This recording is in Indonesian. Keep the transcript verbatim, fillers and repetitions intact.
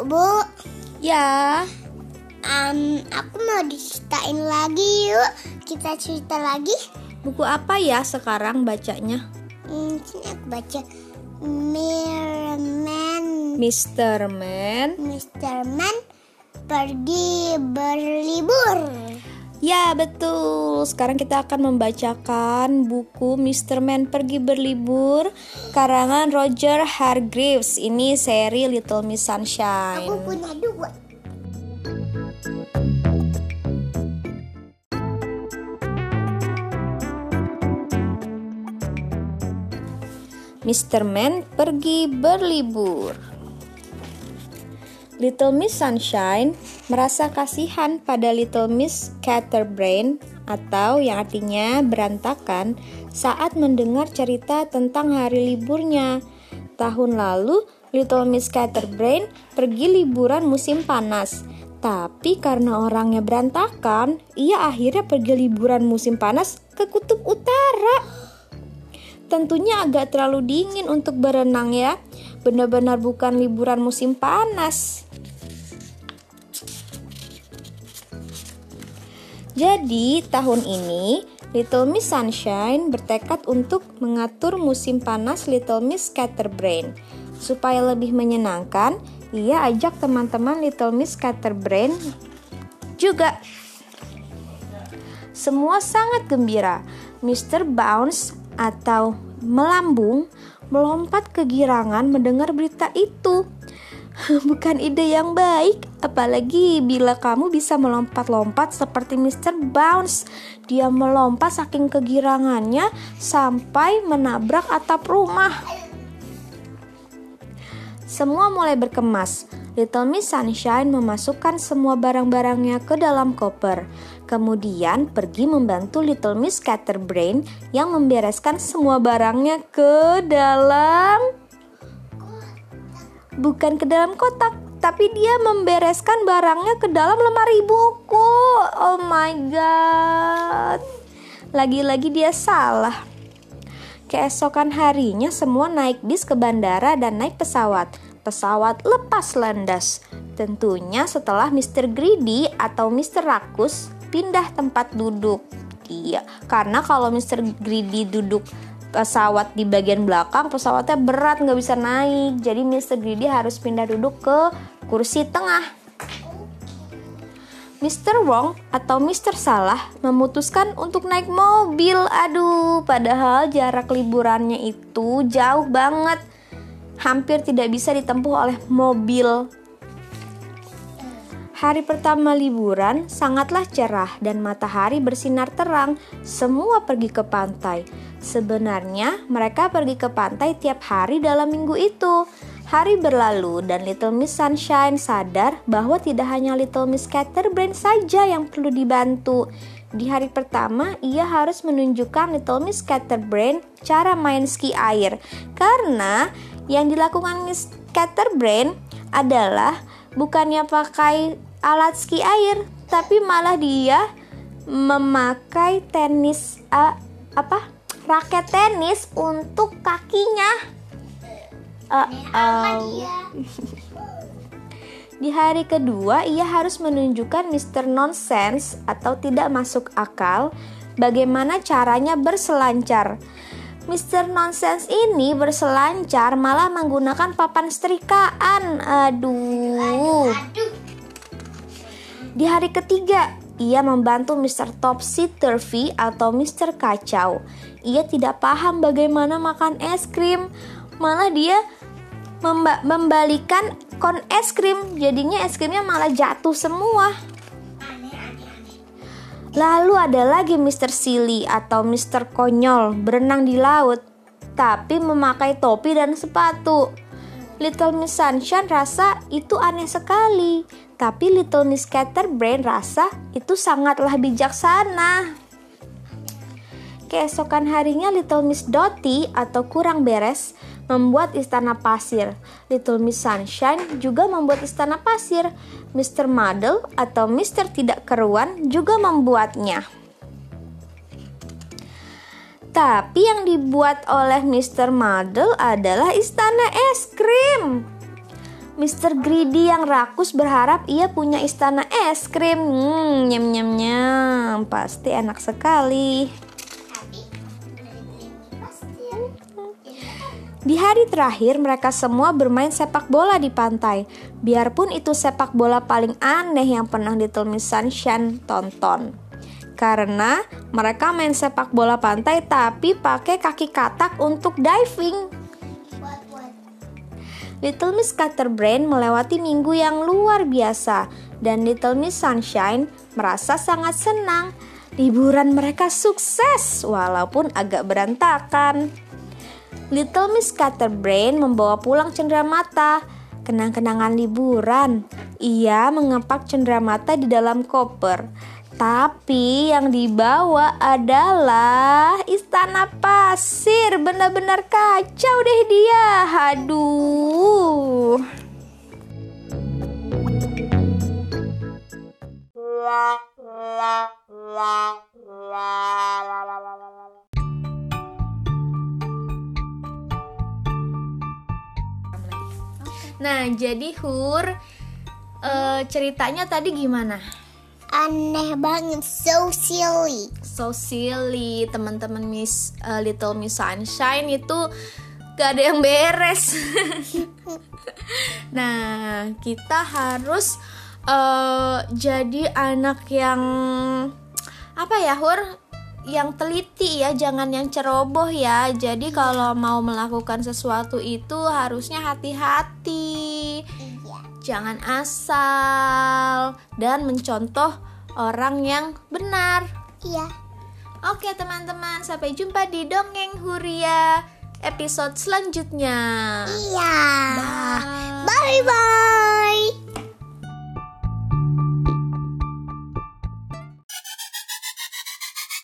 Bu, Ya, um, aku mau diceritain lagi yuk. Kita cerita lagi. buku apa ya sekarang bacanya? Hmm, sini aku baca. Merman, Mister Man. Mister Man pergi berlibur. Ya, betul. Sekarang kita akan membacakan buku Mister Man Pergi Berlibur karangan Roger Hargreaves. Ini seri Little Miss Sunshine. Aku punya dua. Mister Man Pergi Berlibur. Little Miss Sunshine merasa kasihan pada Little Miss Scatterbrain atau yang artinya berantakan saat mendengar cerita tentang hari liburnya. Tahun lalu, Little Miss Scatterbrain pergi liburan musim panas. Tapi karena orangnya berantakan, ia akhirnya pergi liburan musim panas ke kutub utara. Tentunya agak terlalu dingin untuk berenang ya. Benar-benar bukan liburan musim panas. Jadi, tahun ini Little Miss Sunshine bertekad untuk mengatur musim panas Little Miss Scatterbrain. Supaya lebih menyenangkan, ia ajak teman-teman Little Miss Scatterbrain juga. Semua sangat gembira. Mister Bounce atau Melambung melompat kegirangan mendengar berita itu. Bukan ide yang baik, apalagi bila kamu bisa melompat-lompat seperti Mister Bounce. Dia melompat saking kegirangannya sampai menabrak atap rumah. Semua mulai berkemas. Little Miss Sunshine memasukkan semua barang-barangnya ke dalam koper. Kemudian pergi membantu Little Miss Scatterbrain yang membereskan semua barangnya ke dalam Bukan ke dalam kotak, tapi dia membereskan barangnya ke dalam lemari buku. Oh my god. Lagi-lagi dia salah. Keesokan harinya semua naik bis ke bandara dan naik pesawat. Pesawat lepas landas. Tentunya setelah Mister Greedy atau Mister Rakus pindah tempat duduk. Iya, karena kalau Mister Greedy duduk pesawat di bagian belakang, pesawatnya berat, nggak bisa naik. Jadi Mister Greedy harus pindah duduk ke kursi tengah. Mister Wrong atau Mister Salah memutuskan untuk naik mobil. Aduh, padahal jarak liburannya itu jauh banget. Hampir tidak bisa ditempuh oleh mobil. Hari pertama liburan sangatlah cerah dan matahari bersinar terang. Semua pergi ke pantai. Sebenarnya mereka pergi ke pantai tiap hari dalam minggu itu. Hari berlalu dan Little Miss Sunshine sadar bahwa tidak hanya Little Miss Scatterbrain saja yang perlu dibantu. Di hari pertama, ia harus menunjukkan Little Miss Scatterbrain cara main ski air. Karena yang dilakukan Miss Scatterbrain adalah bukannya pakai alat ski air, tapi malah dia memakai tenis uh, apa? raket tenis untuk kakinya. Uh, uh. Di hari kedua, ia harus menunjukkan Mister Nonsense atau tidak masuk akal bagaimana caranya berselancar. Mister Nonsense ini berselancar malah menggunakan papan setrikaan. Aduh. Di hari ketiga, ia membantu Mister Topsy-Turvy atau Mister Kacau. Ia tidak paham bagaimana makan es krim. Malah dia memba- membalikan kon es krim. Jadinya es krimnya malah jatuh semua. Lalu ada lagi Mister Silly atau Mister Konyol berenang di laut, tapi memakai topi dan sepatu. Little Miss Sunshine rasa itu aneh sekali, tapi Little Miss Scatterbrain rasa itu sangatlah bijaksana. Keesokan harinya Little Miss Dotty atau kurang beres membuat istana pasir. Little Miss Sunshine juga membuat istana pasir. Mister Muddle atau Mister Tidak Keruan juga membuatnya. Tapi yang dibuat oleh Mister Muddle adalah istana es krim. mister Greedy yang rakus berharap ia punya istana es krim. Hmm, nyam nyam nyam, pasti enak sekali. Di hari terakhir mereka semua bermain sepak bola di pantai. Biarpun itu sepak bola paling aneh yang pernah Little Miss Sunshine tonton. Karena mereka main sepak bola pantai tapi pakai kaki katak untuk diving. Little Miss Scatterbrain melewati minggu yang luar biasa dan Little Miss Sunshine merasa sangat senang. Liburan mereka sukses walaupun agak berantakan. Little Miss Scatterbrain membawa pulang cenderamata, kenang-kenangan liburan. Ia mengepak cenderamata di dalam koper. Tapi yang dibawa adalah istana pasir. Benar-benar kacau deh dia. Aduh. Nah, jadi Hur, uh, ceritanya tadi gimana? Aneh banget, so silly. So silly, teman-teman Miss uh, Little Miss Sunshine itu gak ada yang beres. Nah, kita harus uh, jadi anak yang apa ya, Hur? Yang teliti ya, jangan yang ceroboh ya. Jadi kalau mau melakukan sesuatu itu harusnya hati-hati. Iya. Jangan asal dan mencontoh orang yang benar. Iya. Oke teman-teman, sampai jumpa di Dongeng Huria episode selanjutnya. Iya. Bye. Bye bye.